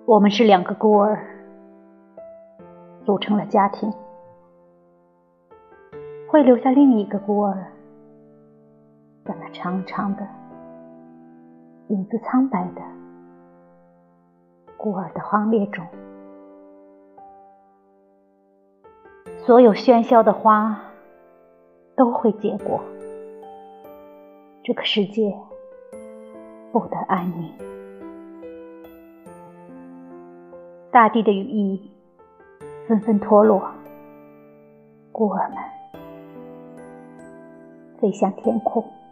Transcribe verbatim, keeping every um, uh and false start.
我们是两个孤儿，组成了家庭，会留下另一个孤儿，在那长长的、影子苍白的孤儿的行列中。所有喧嚣的花都会结果，这个世界不得安宁。大地的羽翼纷纷脱落，孤儿们飞向天空。